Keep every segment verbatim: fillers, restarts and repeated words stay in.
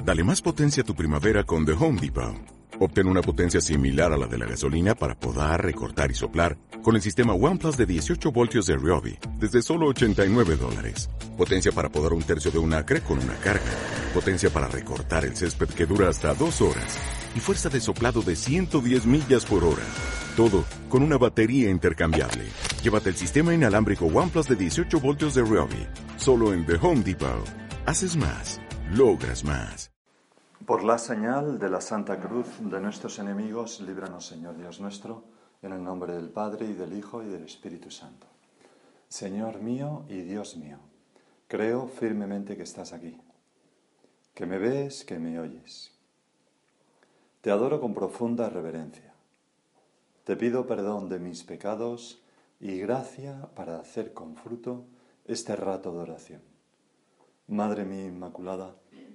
Dale más potencia a tu primavera con The Home Depot. Obtén una potencia similar a la de la gasolina para podar, recortar y soplar con el sistema OnePlus de dieciocho voltios de Ryobi desde solo ochenta y nueve dólares. Potencia para podar un tercio de un acre con una carga. Potencia para recortar el césped que dura hasta dos horas. Y fuerza de soplado de ciento diez millas por hora. Todo con una batería intercambiable. Llévate el sistema inalámbrico OnePlus de dieciocho voltios de Ryobi. Solo en The Home Depot. Haces más. Logras más. Por la señal de la Santa Cruz de nuestros enemigos, líbranos, Señor Dios nuestro, en el nombre del Padre, y del Hijo, y del Espíritu Santo. Señor mío y Dios mío, creo firmemente que estás aquí, que me ves, que me oyes. Te adoro con profunda reverencia. Te pido perdón de mis pecados y gracia para hacer con fruto este rato de oración. Madre mía Inmaculada,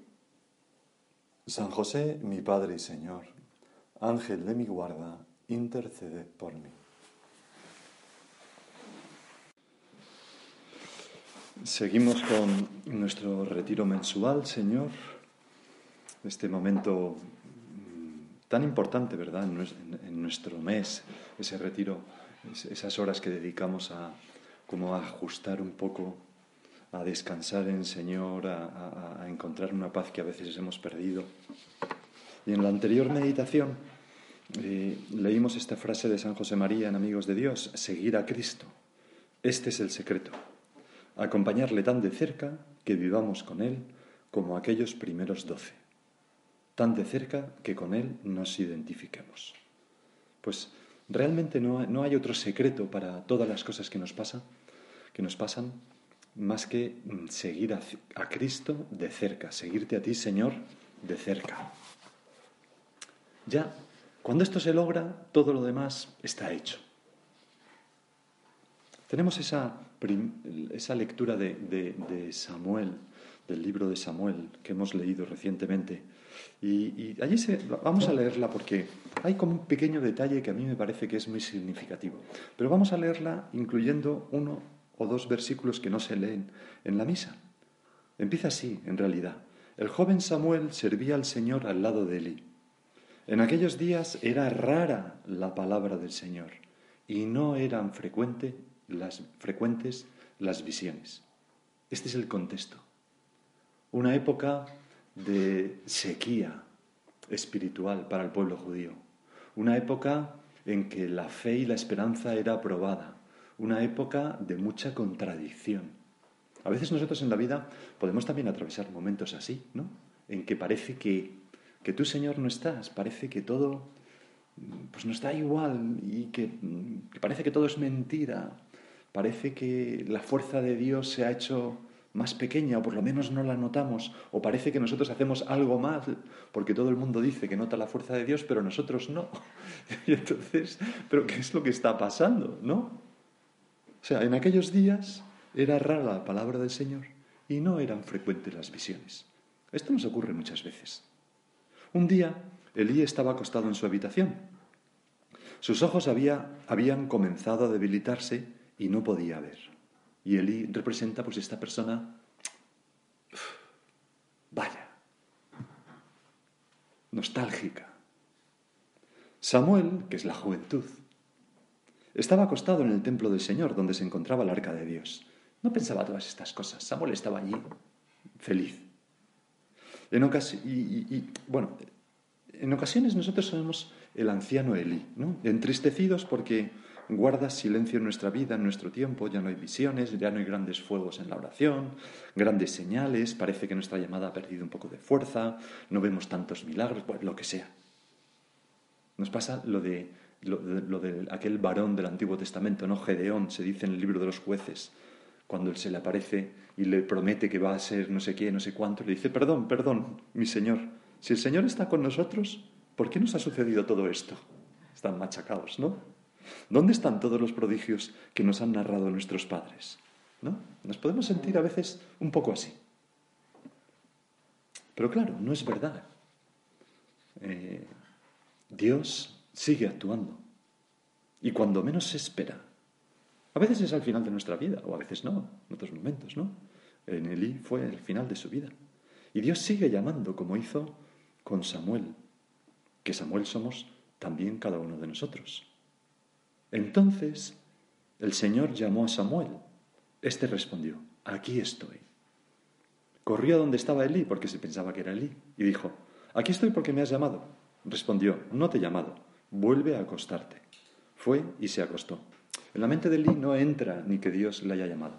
San José, mi Padre y Señor, Ángel de mi guarda, interceded por mí. Seguimos con nuestro retiro mensual, Señor, este momento tan importante, ¿verdad?, en nuestro mes, ese retiro, esas horas que dedicamos a, como a ajustar un poco, a descansar en el Señor, a, a, a encontrar una paz que a veces hemos perdido. Y en la anterior meditación eh, leímos esta frase de San José María en Amigos de Dios: seguir a Cristo. Este es el secreto. Acompañarle tan de cerca que vivamos con Él como aquellos primeros doce. Tan de cerca que con Él nos identifiquemos. Pues realmente no, no hay otro secreto para todas las cosas que nos pasan, que nos pasan, más que seguir a, a Cristo de cerca, seguirte a ti, Señor, de cerca. Ya, cuando esto se logra, todo lo demás está hecho. Tenemos esa, esa lectura de, de, de Samuel, del libro de Samuel, que hemos leído recientemente. Y, y allí se, vamos a leerla porque hay como un pequeño detalle que a mí me parece que es muy significativo. Pero vamos a leerla incluyendo uno o dos versículos que no se leen en la misa. Empieza así, en realidad. El joven Samuel servía al Señor al lado de Elí. En aquellos días era rara la palabra del Señor y no eran frecuente las, frecuentes las visiones. Este es el contexto. Una época de sequía espiritual para el pueblo judío. Una época en que la fe y la esperanza era probada. Una época de mucha contradicción. A veces nosotros en la vida podemos también atravesar momentos así, ¿no? En que parece que, que tú, Señor, no estás, parece que todo pues nos da igual y que, que parece que todo es mentira, parece que la fuerza de Dios se ha hecho más pequeña, o por lo menos no la notamos, o parece que nosotros hacemos algo mal, porque todo el mundo dice que nota la fuerza de Dios, pero nosotros no. Y entonces, ¿pero qué es lo que está pasando, no? O sea, en aquellos días era rara la palabra del Señor y no eran frecuentes las visiones. Esto nos ocurre muchas veces. Un día, Elí estaba acostado en su habitación. Sus ojos había, habían comenzado a debilitarse y no podía ver. Y Elí representa pues esta persona, vaya, nostálgica. Samuel, que es la juventud, estaba acostado en el templo del Señor, donde se encontraba el arca de Dios. No pensaba todas estas cosas. Samuel estaba allí, feliz. En ocasi- y, y, y, bueno, en ocasiones nosotros somos el anciano Elí, ¿no? Entristecidos porque guarda silencio en nuestra vida, en nuestro tiempo. Ya no hay visiones, ya no hay grandes fuegos en la oración, grandes señales. Parece que nuestra llamada ha perdido un poco de fuerza. No vemos tantos milagros, pues, lo que sea. Nos pasa lo de... Lo de, lo de aquel varón del Antiguo Testamento, ¿no? Gedeón, se dice en el libro de los jueces, cuando él se le aparece y le promete que va a ser no sé qué, no sé cuánto, le dice: perdón, perdón, mi Señor, si el Señor está con nosotros, ¿por qué nos ha sucedido todo esto? Están machacados, ¿no? ¿Dónde están todos los prodigios que nos han narrado nuestros padres? ¿No? Nos podemos sentir a veces un poco así. Pero claro, no es verdad. Eh, Dios sigue actuando. Y cuando menos se espera. A veces es al final de nuestra vida, o a veces no, en otros momentos, ¿no? En Elí fue el final de su vida. Y Dios sigue llamando, como hizo con Samuel, que Samuel somos también cada uno de nosotros. Entonces el Señor llamó a Samuel. Este respondió, aquí estoy. Corrió a donde estaba Elí, porque se pensaba que era Elí, y dijo, aquí estoy porque me has llamado. Respondió, no te he llamado, vuelve a acostarte. Fue y se acostó. En la mente de Elí no entra ni que Dios le haya llamado,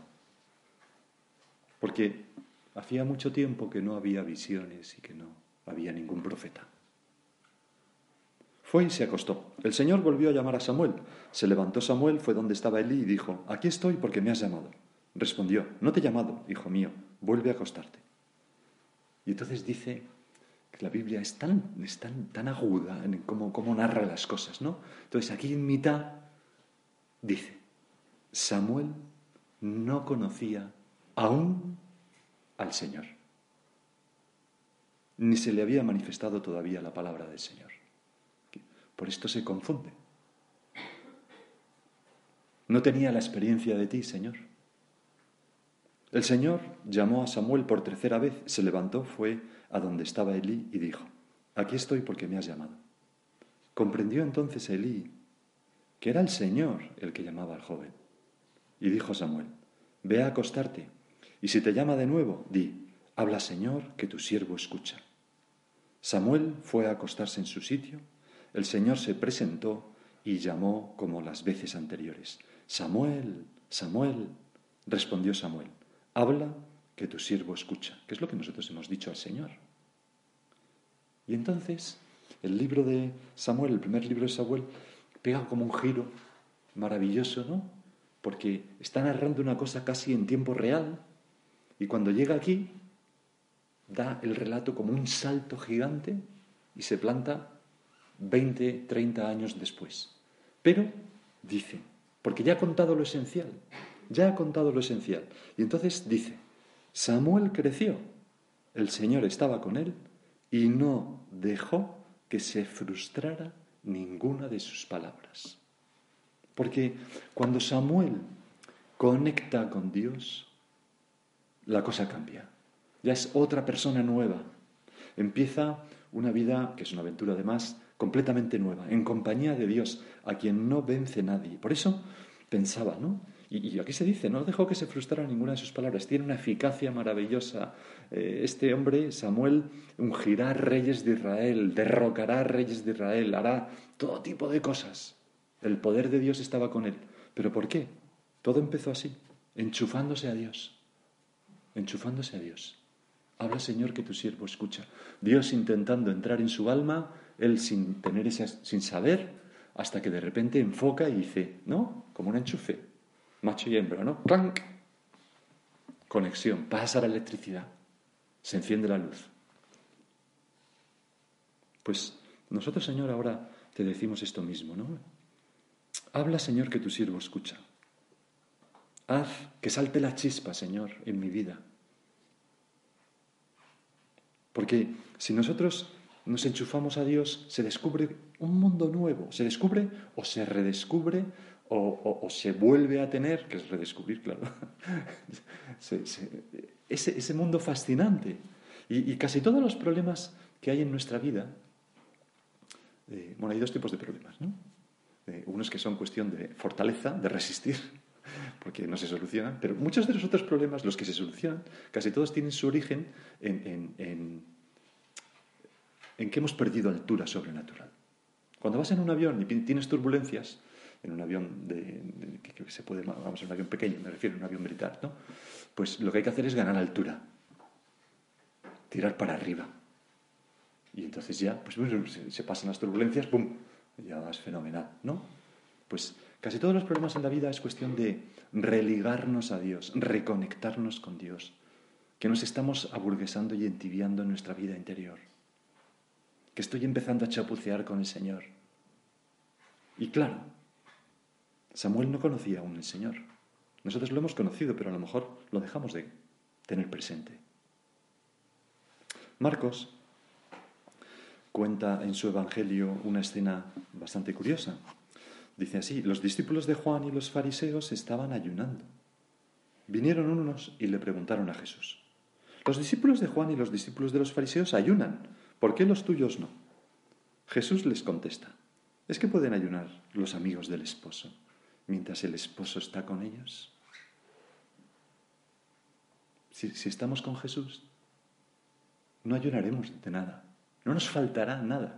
porque hacía mucho tiempo que no había visiones y que no había ningún profeta. Fue y se acostó. El Señor volvió a llamar a Samuel. Se levantó Samuel, fue donde estaba Elí y dijo, aquí estoy porque me has llamado. Respondió, no te he llamado, hijo mío, vuelve a acostarte. Y entonces dice que la Biblia es tan, es tan, tan aguda en cómo, cómo narra las cosas, ¿no? Entonces aquí en mitad dice, Samuel no conocía aún al Señor, ni se le había manifestado todavía la palabra del Señor. Por esto se confunde. No tenía la experiencia de ti, Señor. El Señor llamó a Samuel por tercera vez, se levantó, fue a donde estaba Elí y dijo, aquí estoy porque me has llamado. Comprendió entonces Elí que era el Señor el que llamaba al joven. Y dijo Samuel, ve a acostarte, y si te llama de nuevo, di, habla Señor, que tu siervo escucha. Samuel fue a acostarse en su sitio, el Señor se presentó y llamó como las veces anteriores. Samuel, Samuel, respondió Samuel, habla, que tu siervo escucha, que es lo que nosotros hemos dicho al Señor. Y entonces, el libro de Samuel, el primer libro de Samuel, pega como un giro maravilloso, ¿no? Porque está narrando una cosa casi en tiempo real, y cuando llega aquí, da el relato como un salto gigante y se planta veinte, treinta años después. Pero, dice, porque ya ha contado lo esencial, ya ha contado lo esencial. Y entonces dice, Samuel creció, el Señor estaba con él y no dejó que se frustrara ninguna de sus palabras. Porque cuando Samuel conecta con Dios, la cosa cambia. Ya es otra persona nueva. Empieza una vida, que es una aventura además, completamente nueva, en compañía de Dios, a quien no vence nadie. Por eso pensaba, ¿no? Y, y aquí se dice, no dejó que se frustrara ninguna de sus palabras. Tiene una eficacia maravillosa. Eh, este hombre, Samuel, ungirá reyes de Israel, derrocará reyes de Israel, hará todo tipo de cosas. El poder de Dios estaba con él. ¿Pero por qué? Todo empezó así, enchufándose a Dios. Enchufándose a Dios. Habla, Señor, que tu siervo escucha. Dios intentando entrar en su alma, él sin tener ese, sin saber, hasta que de repente enfoca y dice, ¿no? Como un enchufe, macho y hembra, ¿no? ¡Clank! Conexión, pasa la electricidad, se enciende la luz. Pues nosotros, Señor, ahora te decimos esto mismo, ¿no? Habla, Señor, que tu siervo escucha. Haz que salte la chispa, Señor, en mi vida. Porque si nosotros nos enchufamos a Dios, se descubre un mundo nuevo. Se descubre o se redescubre o, o, o se vuelve a tener, que es redescubrir, claro, se, se, ese, ese mundo fascinante. Y, y casi todos los problemas que hay en nuestra vida, eh, bueno, hay dos tipos de problemas, ¿no? Eh, unos que son cuestión de fortaleza, de resistir, porque no se solucionan, pero muchos de los otros problemas, los que se solucionan, casi todos tienen su origen en, en, en, en que hemos perdido altura sobrenatural. Cuando vas en un avión y tienes turbulencias, en un avión de, de, que, que se puede, vamos, en un avión pequeño, me refiero a un avión militar, ¿no? Pues lo que hay que hacer es ganar altura, tirar para arriba. Y entonces ya, pues bueno, se, se pasan las turbulencias, ¡pum!, ya vas fenomenal, ¿no? Pues casi todos los problemas en la vida es cuestión de religarnos a Dios, reconectarnos con Dios, que nos estamos aburguesando y entibiando en nuestra vida interior, que estoy empezando a chapucear con el Señor. Y claro, Samuel no conocía aún al Señor. Nosotros lo hemos conocido, pero a lo mejor lo dejamos de tener presente. Marcos cuenta en su Evangelio una escena bastante curiosa. Dice así, los discípulos de Juan y los fariseos estaban ayunando. Vinieron unos y le preguntaron a Jesús, Los discípulos de Juan y los discípulos de los fariseos ayunan. ¿Por qué los tuyos no? Jesús les contesta, ¿es que pueden ayunar los amigos del esposo mientras el esposo está con ellos? Si, si estamos con Jesús, no ayunaremos de nada. No nos faltará nada.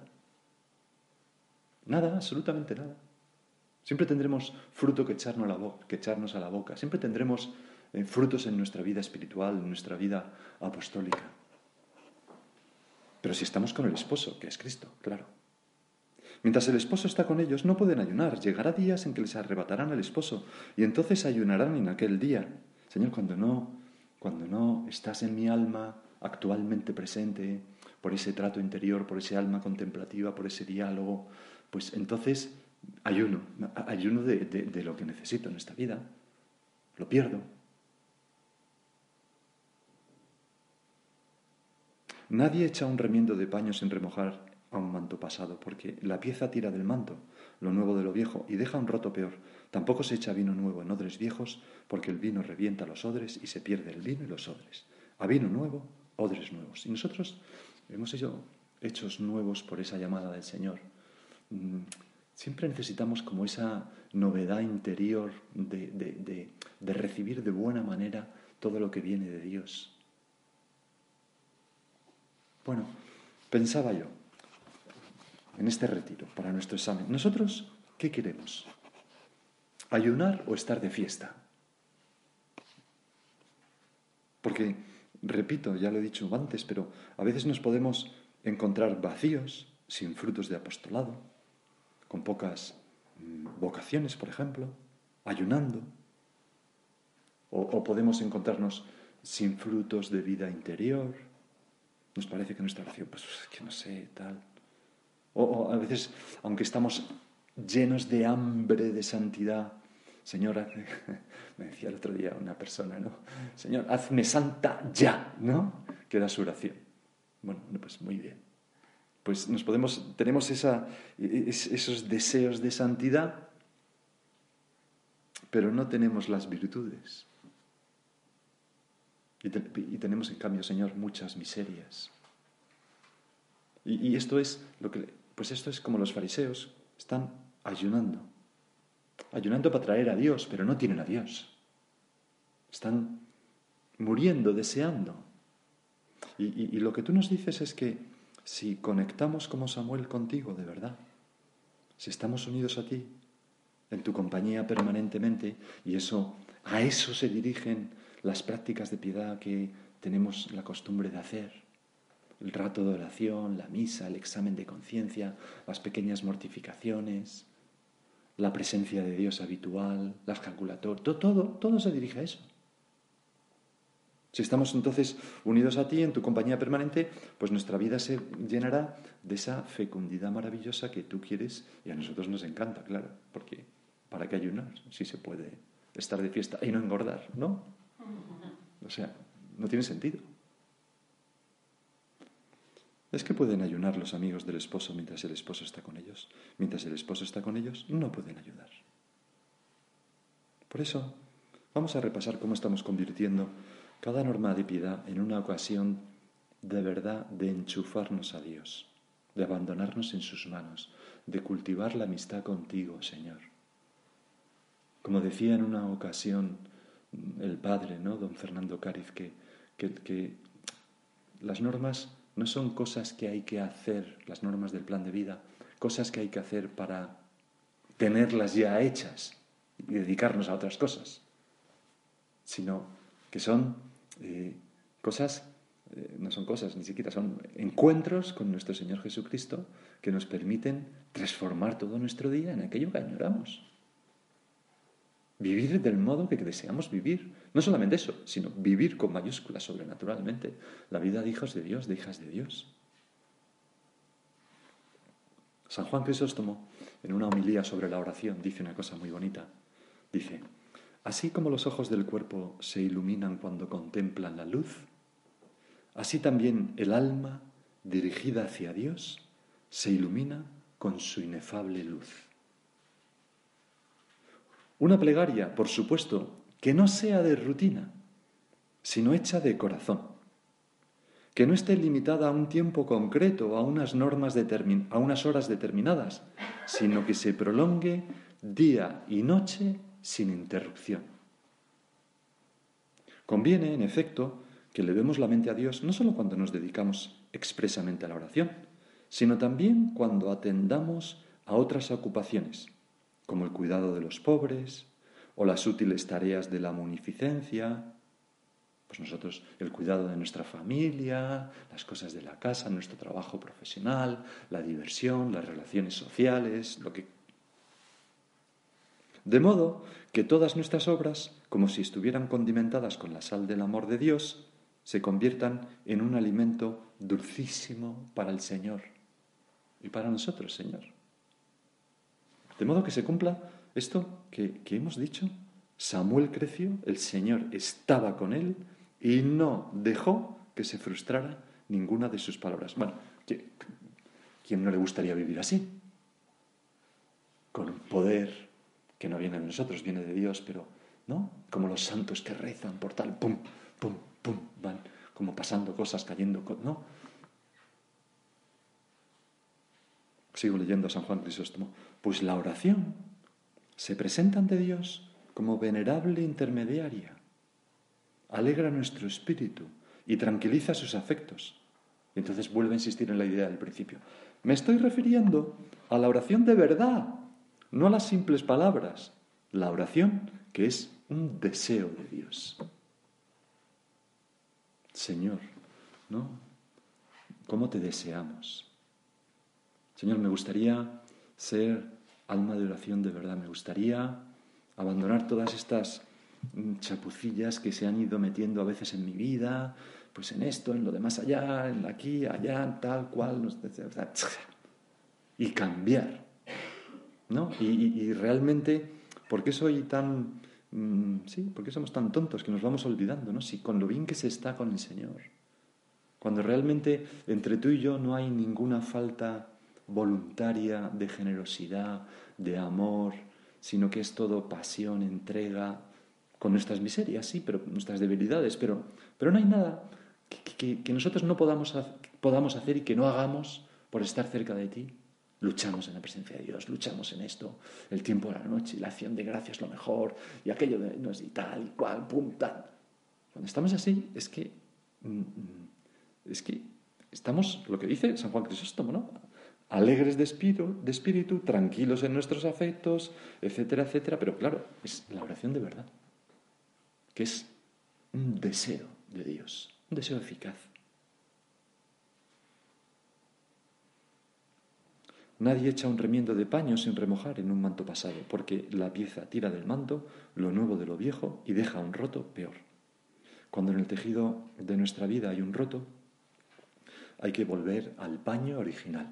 Nada, absolutamente nada. Siempre tendremos fruto que echarnos a la boca. Que echarnos a la boca. Siempre tendremos eh, frutos en nuestra vida espiritual, en nuestra vida apostólica. Pero si estamos con el esposo, que es Cristo, claro. Mientras el esposo está con ellos, no pueden ayunar. Llegará días en que les arrebatarán al esposo y entonces ayunarán en aquel día. Señor, cuando no, cuando no estás en mi alma actualmente presente, por ese trato interior, por ese alma contemplativa, por ese diálogo, pues entonces ayuno, ayuno de, de, de lo que necesito en esta vida. Lo pierdo. Nadie echa un remiendo de paño sin remojar a un manto pasado, porque la pieza tira del manto, lo nuevo de lo viejo, y deja un roto peor. Tampoco se echa vino nuevo en odres viejos, porque el vino revienta los odres y se pierde el vino y los odres. A vino nuevo, odres nuevos. Y nosotros hemos sido hechos nuevos por esa llamada del Señor. Siempre necesitamos como esa novedad interior de, de, de, de recibir de buena manera todo lo que viene de Dios. Bueno, pensaba yo, en este retiro, para nuestro examen, ¿nosotros qué queremos? ¿Ayunar o estar de fiesta? Porque, repito, ya lo he dicho antes, pero a veces nos podemos encontrar vacíos, sin frutos de apostolado, con pocas mmm, vocaciones, por ejemplo, ayunando, o, o podemos encontrarnos sin frutos de vida interior. Nos parece que nuestra oración, pues, que no sé, tal. O, o a veces, aunque estamos llenos de hambre de santidad, Señor, me decía el otro día una persona, ¿no? Señor, hazme santa ya, ¿no? Que era su oración. Bueno, pues muy bien. Pues nos podemos, tenemos esa, esos deseos de santidad, pero no tenemos las virtudes. Y, te, y tenemos, en cambio, Señor, muchas miserias. Y, y esto es lo que, pues esto es como los fariseos están ayunando, ayunando para traer a Dios, pero no tienen a Dios. Están muriendo, deseando. Y, y, y lo que tú nos dices es que si conectamos como Samuel contigo, de verdad, si estamos unidos a ti, en tu compañía permanentemente, y eso, a eso se dirigen las prácticas de piedad que tenemos la costumbre de hacer. El rato de oración, la misa, el examen de conciencia, las pequeñas mortificaciones, la presencia de Dios habitual, las calculatorias, todo, todo, todo se dirige a eso. Si estamos entonces unidos a ti en tu compañía permanente, pues nuestra vida se llenará de esa fecundidad maravillosa que tú quieres y a nosotros nos encanta, claro, porque ¿para qué ayunar si se puede estar de fiesta y no engordar, no? O sea, no tiene sentido. Es que pueden ayunar los amigos del esposo mientras el esposo está con ellos. Mientras el esposo está con ellos, no pueden ayudar. Por eso, vamos a repasar cómo estamos convirtiendo cada norma de piedad en una ocasión de verdad de enchufarnos a Dios, de abandonarnos en sus manos, de cultivar la amistad contigo, Señor. Como decía en una ocasión el padre, ¿no?, don Fernando Cáriz, que, que, que las normas no son cosas que hay que hacer, las normas del plan de vida, cosas que hay que hacer para tenerlas ya hechas y dedicarnos a otras cosas, sino que son eh, cosas, eh, no son cosas ni siquiera, son encuentros con nuestro Señor Jesucristo que nos permiten transformar todo nuestro día en aquello que añoramos. Vivir del modo que deseamos vivir. No solamente eso, sino vivir con mayúsculas sobrenaturalmente la vida de hijos de Dios, de hijas de Dios. San Juan Crisóstomo, en una homilía sobre la oración, dice una cosa muy bonita. Dice, así como los ojos del cuerpo se iluminan cuando contemplan la luz, así también el alma, dirigida hacia Dios, se ilumina con su inefable luz. Una plegaria, por supuesto, que no sea de rutina, sino hecha de corazón, que no esté limitada a un tiempo concreto, a unas normas determin- a unas horas determinadas, sino que se prolongue día y noche sin interrupción. Conviene, en efecto, que le demos la mente a Dios no solo cuando nos dedicamos expresamente a la oración, sino también cuando atendamos a otras ocupaciones, como el cuidado de los pobres o las útiles tareas de la munificencia. Pues nosotros, el cuidado de nuestra familia, las cosas de la casa, nuestro trabajo profesional, la diversión, las relaciones sociales, lo que... De modo que todas nuestras obras, como si estuvieran condimentadas con la sal del amor de Dios, se conviertan en un alimento dulcísimo para el Señor y para nosotros, Señor. De modo que se cumpla esto que, que hemos dicho. Samuel creció, el Señor estaba con él y no dejó que se frustrara ninguna de sus palabras. Bueno, ¿quién no le gustaría vivir así? Con un poder que no viene de nosotros, viene de Dios, pero, ¿no? Como los santos que rezan por tal, pum, pum, pum, van como pasando cosas, cayendo, ¿no? Sigo leyendo a San Juan Crisóstomo. Pues la oración se presenta ante Dios como venerable intermediaria. Alegra nuestro espíritu y tranquiliza sus afectos. Y entonces vuelve a insistir en la idea del principio. Me estoy refiriendo a la oración de verdad, no a las simples palabras. La oración que es un deseo de Dios. Señor, ¿no? ¿Cómo te deseamos? Señor, me gustaría ser alma de oración de verdad. Me gustaría abandonar todas estas chapucillas que se han ido metiendo a veces en mi vida, pues en esto, en lo de más allá, en aquí, allá, tal cual, y cambiar, ¿no? Y, y, y realmente, ¿por qué soy tan, mmm, sí, por qué somos tan tontos que nos vamos olvidando, ¿no? Si con lo bien que se está con el Señor, cuando realmente entre tú y yo no hay ninguna falta voluntaria de generosidad, de amor, sino que es todo pasión, entrega, con nuestras miserias, sí, pero nuestras debilidades, pero, pero no hay nada que, que, que nosotros no podamos, podamos hacer y que no hagamos por estar cerca de ti. Luchamos en la presencia de Dios, luchamos en esto, el tiempo de la noche, la acción de gracias lo mejor, y aquello de no es y tal, y cual, pum, tal. Cuando estamos así, es que, es que estamos, lo que dice San Juan Crisóstomo, ¿no? Alegres de espíritu, de espíritu, tranquilos en nuestros afectos, etcétera, etcétera, pero claro, es la oración de verdad, que es un deseo de Dios, un deseo eficaz. Nadie echa un remiendo de paño sin remojar en un manto pasado, porque la pieza tira del manto lo nuevo de lo viejo y deja un roto peor. Cuando en el tejido de nuestra vida hay un roto, hay que volver al paño original,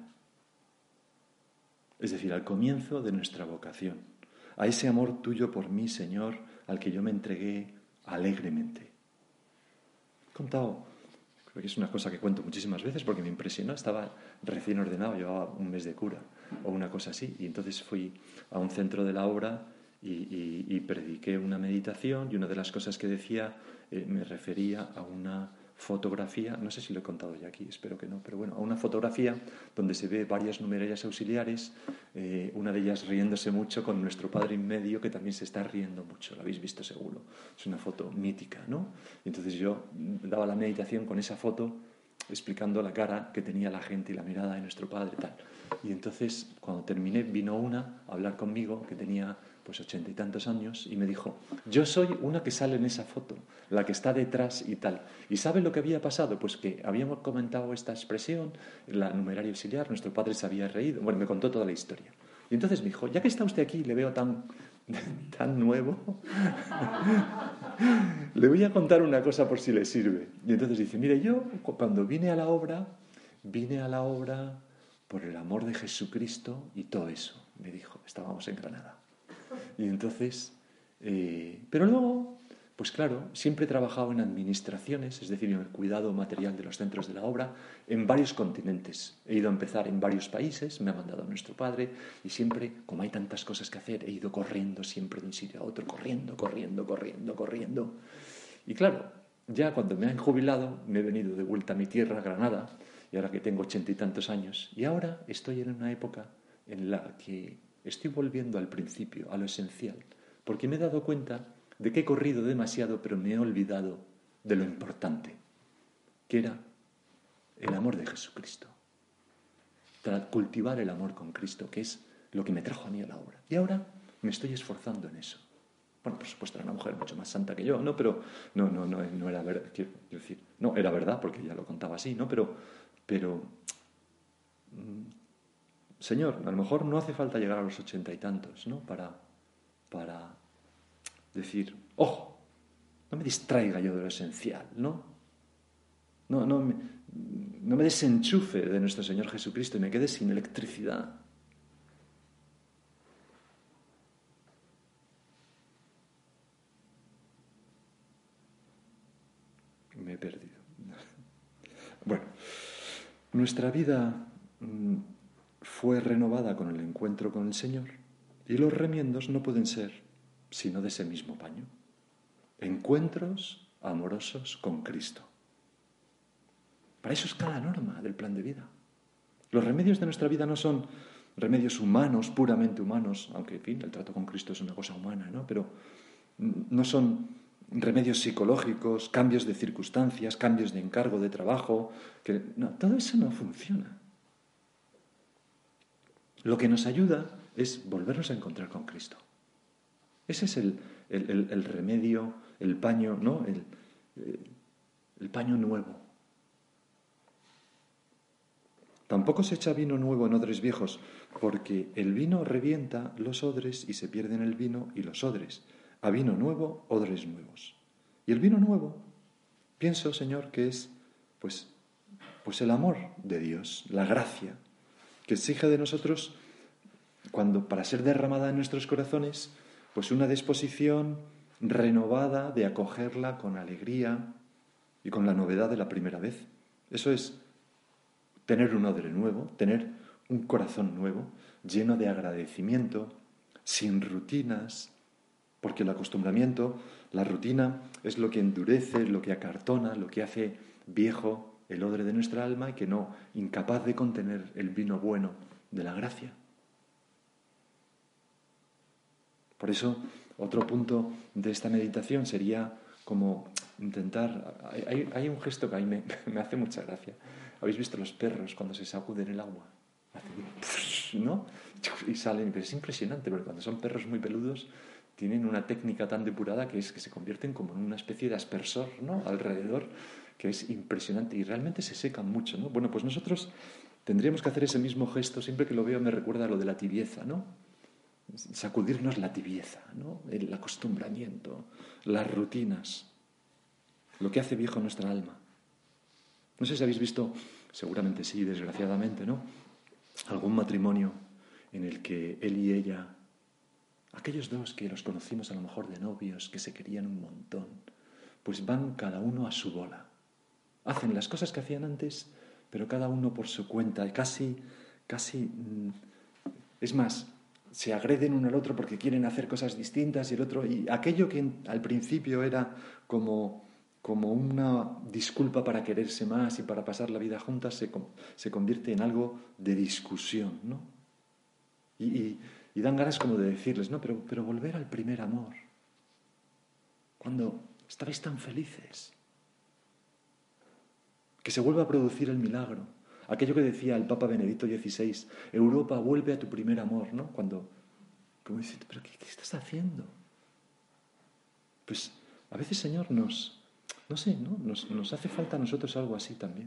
es decir, al comienzo de nuestra vocación, a ese amor tuyo por mí, Señor, al que yo me entregué alegremente. He contado, creo que es una cosa que cuento muchísimas veces porque me impresionó, estaba recién ordenado, llevaba un mes de cura o una cosa así, y entonces fui a un centro de la obra y, y, y prediqué una meditación, y una de las cosas que decía eh, me refería a una fotografía, no sé si lo he contado ya aquí, espero que no, pero bueno, a una fotografía donde se ve varias numerarias auxiliares, eh, una de ellas riéndose mucho con nuestro Padre en medio, que también se está riendo mucho, lo habéis visto seguro, es una foto mítica, ¿no? Y entonces yo daba la meditación con esa foto, explicando la cara que tenía la gente y la mirada de nuestro Padre, tal. Y entonces, cuando terminé, vino una a hablar conmigo, que tenía pues ochenta y tantos años, y me dijo, yo soy una que sale en esa foto, la que está detrás y tal. ¿Y sabe lo que había pasado? Pues que habíamos comentado esta expresión, la numeraria auxiliar, nuestro padre se había reído, bueno, me contó toda la historia. Y entonces me dijo, ya que está usted aquí, le veo tan, tan nuevo, le voy a contar una cosa por si le sirve. Y entonces dice, mire, yo cuando vine a la obra, vine a la obra por el amor de Jesucristo y todo eso, me dijo, estábamos en Granada. Y entonces, eh, pero luego, pues claro, siempre he trabajado en administraciones, es decir, en el cuidado material de los centros de la obra, en varios continentes. He ido a empezar en varios países, me ha mandado nuestro padre, y siempre, como hay tantas cosas que hacer, he ido corriendo siempre de un sitio a otro, corriendo, corriendo, corriendo, corriendo. Y claro, Ya cuando me han jubilado, me he venido de vuelta a mi tierra, Granada, y ahora que tengo ochenta y tantos años, y ahora estoy en una época en la que estoy volviendo al principio, a lo esencial, porque me he dado cuenta de que he corrido demasiado, pero me he olvidado de lo importante, que era el amor de Jesucristo. Cultivar el amor con Cristo, que es lo que me trajo a mí a la obra. Y ahora me estoy esforzando en eso. Bueno, por supuesto, era una mujer mucho más santa que yo, ¿no? Pero no, no, no, no era verdad, quiero decir, no, era verdad, porque ya lo contaba así, ¿no? Pero, pero, mm, Señor, a lo mejor no hace falta llegar a los ochenta y tantos, ¿no? Para, para decir, ojo, no me distraiga yo de lo esencial, ¿no? No, no, me, no me desenchufe de nuestro Señor Jesucristo y me quede sin electricidad. Me he perdido. Bueno, nuestra vida mmm, fue renovada con el encuentro con el Señor y los remiendos no pueden ser sino de ese mismo paño. Encuentros amorosos con Cristo. Para eso es cada norma del plan de vida. Los remedios de nuestra vida no son remedios humanos, puramente humanos, aunque, en fin, el trato con Cristo es una cosa humana, ¿no? Pero no son remedios psicológicos, cambios de circunstancias, cambios de encargo de trabajo. Que, no, todo eso no funciona. Lo que nos ayuda es volvernos a encontrar con Cristo. Ese es el, el, el, el remedio, el paño, ¿no? El, el paño nuevo. Tampoco se echa vino nuevo en odres viejos, porque el vino revienta los odres y se pierden el vino y los odres. A vino nuevo, odres nuevos. Y el vino nuevo, pienso, Señor, que es pues, pues el amor de Dios, la gracia, que exige de nosotros, cuando para ser derramada en nuestros corazones, pues una disposición renovada de acogerla con alegría y con la novedad de la primera vez. Eso es tener un odre nuevo, tener un corazón nuevo, lleno de agradecimiento, sin rutinas, porque el acostumbramiento, la rutina, es lo que endurece, lo que acartona, lo que hace viejo el odre de nuestra alma y que no, incapaz de contener el vino bueno de la gracia. Por eso, otro punto de esta meditación sería como intentar... Hay, hay un gesto que a mí me, me hace mucha gracia. ¿Habéis visto los perros cuando se sacuden el agua? Hacen, ¿no? Y salen, pero es impresionante, porque cuando son perros muy peludos tienen una técnica tan depurada que es que se convierten como en una especie de aspersor, ¿no? Alrededor, que es impresionante y realmente se secan mucho, ¿no? Bueno, pues nosotros tendríamos que hacer ese mismo gesto. Siempre que lo veo me recuerda a lo de la tibieza, ¿no? Sacudirnos la tibieza, ¿no? El acostumbramiento, las rutinas, lo que hace viejo nuestra alma. No sé si habéis visto, seguramente sí, desgraciadamente, ¿no? Algún matrimonio en el que él y ella, aquellos dos que los conocimos a lo mejor de novios, que se querían un montón, pues van cada uno a su bola. Hacen las cosas que hacían antes, pero cada uno por su cuenta. Casi, casi, es más, se agreden uno al otro porque quieren hacer cosas distintas y el otro... Y aquello que al principio era como... como una disculpa para quererse más y para pasar la vida juntas, se, se convierte en algo de discusión, ¿no? Y, y, y dan ganas como de decirles, no, pero, pero volver al primer amor, cuando estabais tan felices, que se vuelva a producir el milagro. Aquello que decía el Papa Benedicto dieciséis, Europa, vuelve a tu primer amor, ¿no? Cuando, como dice, pero ¿qué, qué estás haciendo? Pues a veces, Señor, nos... No sé, ¿no? Nos, nos hace falta a nosotros algo así también.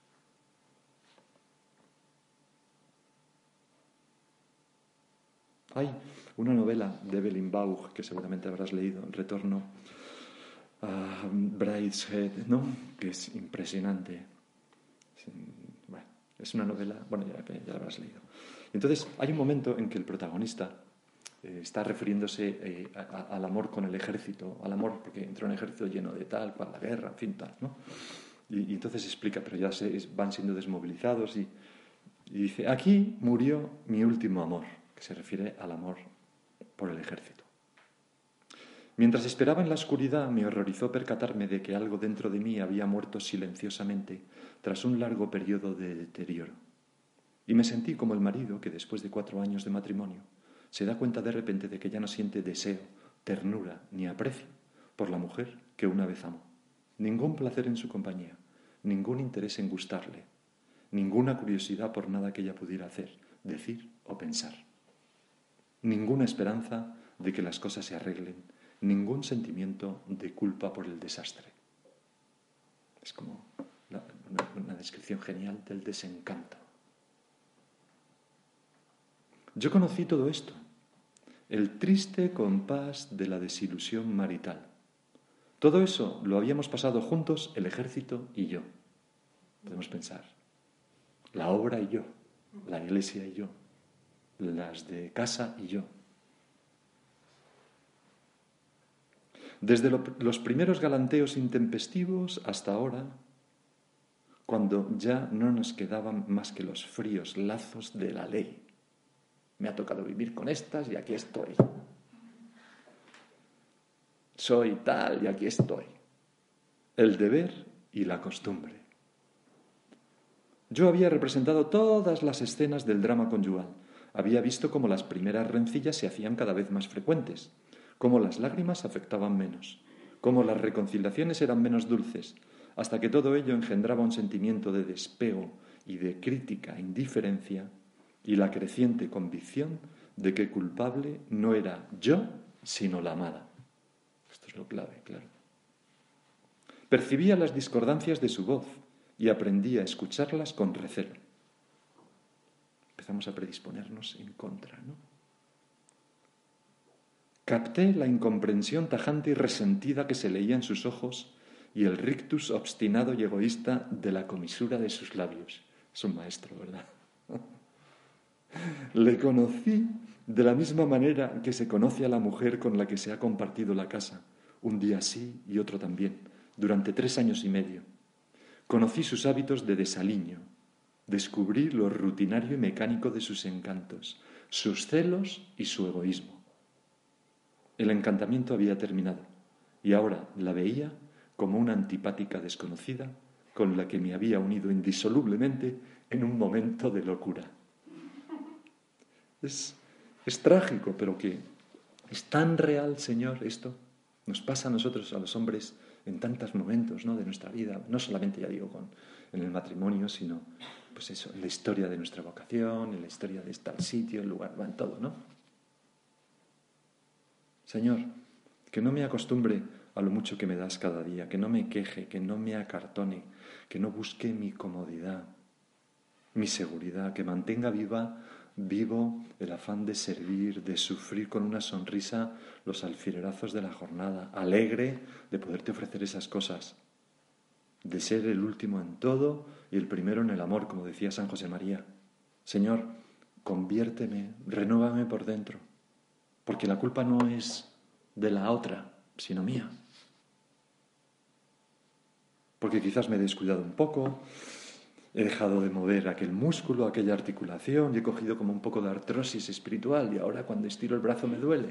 Hay una novela de Evelyn Waugh, que seguramente habrás leído, Retorno a Brideshead, ¿no? Que es impresionante. Bueno, es una novela, bueno, ya, ya la habrás leído. Entonces, hay un momento en que el protagonista eh, está refiriéndose eh, a, a, al amor con el ejército, al amor porque entró en un ejército lleno de tal, cual la guerra, en fin, tal, ¿no? Y, y entonces explica, pero ya se, es, van siendo desmovilizados y, y dice, aquí murió mi último amor, que se refiere al amor por el ejército. Mientras esperaba en la oscuridad, me horrorizó percatarme de que algo dentro de mí había muerto silenciosamente tras un largo periodo de deterioro. Y me sentí como el marido que, después de cuatro años de matrimonio, se da cuenta de repente de que ya no siente deseo, ternura ni aprecio por la mujer que una vez amó. Ningún placer en su compañía, ningún interés en gustarle, ninguna curiosidad por nada que ella pudiera hacer, decir o pensar. Ninguna esperanza de que las cosas se arreglen, ningún sentimiento de culpa por el desastre. Es como una, una, una descripción genial del desencanto. Yo conocí todo esto, el triste compás de la desilusión marital. Todo eso lo habíamos pasado juntos el ejército y yo. Podemos pensar, la obra y yo, la iglesia y yo, las de casa y yo. Desde lo, los primeros galanteos intempestivos hasta ahora, cuando ya no nos quedaban más que los fríos lazos de la ley. Me ha tocado vivir con estas y aquí estoy. Soy tal y aquí estoy. El deber y la costumbre. Yo había representado todas las escenas del drama conyugal. Había visto cómo las primeras rencillas se hacían cada vez más frecuentes, cómo las lágrimas afectaban menos, cómo las reconciliaciones eran menos dulces, hasta que todo ello engendraba un sentimiento de despego y de crítica indiferencia y la creciente convicción de que culpable no era yo, sino la amada. Esto es lo clave, claro. Percibía las discordancias de su voz y aprendí a escucharlas con recelo. Empezamos a predisponernos en contra, ¿no? Capté la incomprensión tajante y resentida que se leía en sus ojos y el rictus obstinado y egoísta de la comisura de sus labios. Es un maestro, ¿verdad? Le conocí de la misma manera que se conoce a la mujer con la que se ha compartido la casa, un día sí y otro también, durante tres años y medio. Conocí sus hábitos de desaliño, descubrí lo rutinario y mecánico de sus encantos, sus celos y su egoísmo. El encantamiento había terminado y ahora la veía como una antipática desconocida con la que me había unido indisolublemente en un momento de locura. Es, es trágico, pero que es tan real, Señor, esto. Nos pasa a nosotros, a los hombres, en tantos momentos, ¿no?, de nuestra vida, no solamente, ya digo, con, en el matrimonio, sino pues eso, en la historia de nuestra vocación, en la historia de tal sitio, el lugar, va en todo, ¿no? Señor, que no me acostumbre a lo mucho que me das cada día, que no me queje, que no me acartone, que no busque mi comodidad, mi seguridad, que mantenga viva vivo el afán de servir, de sufrir con una sonrisa los alfilerazos de la jornada, alegre de poderte ofrecer esas cosas, de ser el último en todo y el primero en el amor, como decía San José María. Señor, conviérteme, renóvame por dentro, porque la culpa no es de la otra, sino mía. Porque quizás me he descuidado un poco, he dejado de mover aquel músculo, aquella articulación, y he cogido como un poco de artrosis espiritual y ahora cuando estiro el brazo me duele.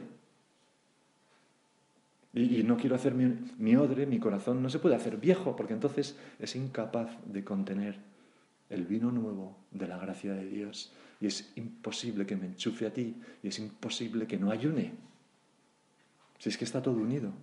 Y, y no quiero hacer mi, mi odre, mi corazón no se puede hacer viejo, porque entonces es incapaz de contener el vino nuevo de la gracia de Dios. Y es imposible que me enchufe a ti, y es imposible que no ayune. Si es que está todo unido.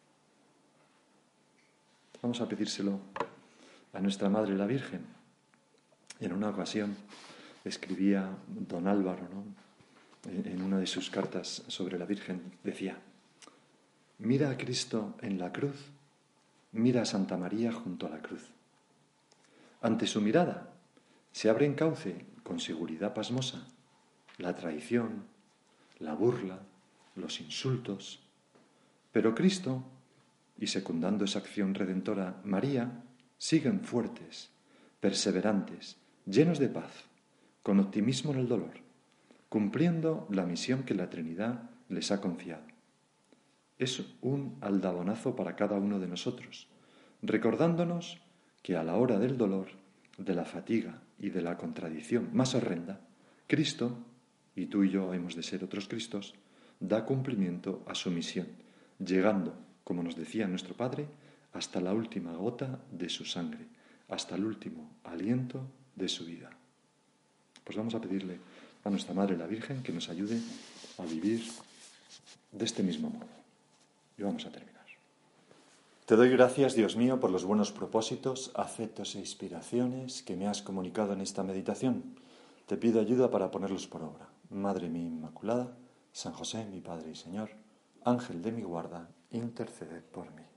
Vamos a pedírselo a nuestra Madre la Virgen. En una ocasión escribía don Álvaro, ¿no?, en una de sus cartas sobre la Virgen, decía: mira a Cristo en la cruz, mira a Santa María junto a la cruz. Ante su mirada se abre en cauce con seguridad pasmosa la traición, la burla, los insultos. Pero Cristo, y secundando esa acción redentora, María, siguen fuertes, perseverantes, llenos de paz, con optimismo en el dolor, cumpliendo la misión que la Trinidad les ha confiado. Es un aldabonazo para cada uno de nosotros, recordándonos que a la hora del dolor, de la fatiga y de la contradicción más horrenda, Cristo, y tú y yo hemos de ser otros Cristos, da cumplimiento a su misión, llegando, como nos decía nuestro Padre, hasta la última gota de su sangre, hasta el último aliento de su vida. Pues vamos a pedirle a nuestra Madre la Virgen que nos ayude a vivir de este mismo modo. Y vamos a terminar. Te doy gracias, Dios mío, por los buenos propósitos, afectos e inspiraciones que me has comunicado en esta meditación. Te pido ayuda para ponerlos por obra. Madre mía Inmaculada, San José, mi Padre y Señor, Ángel de mi guarda, interceded por mí.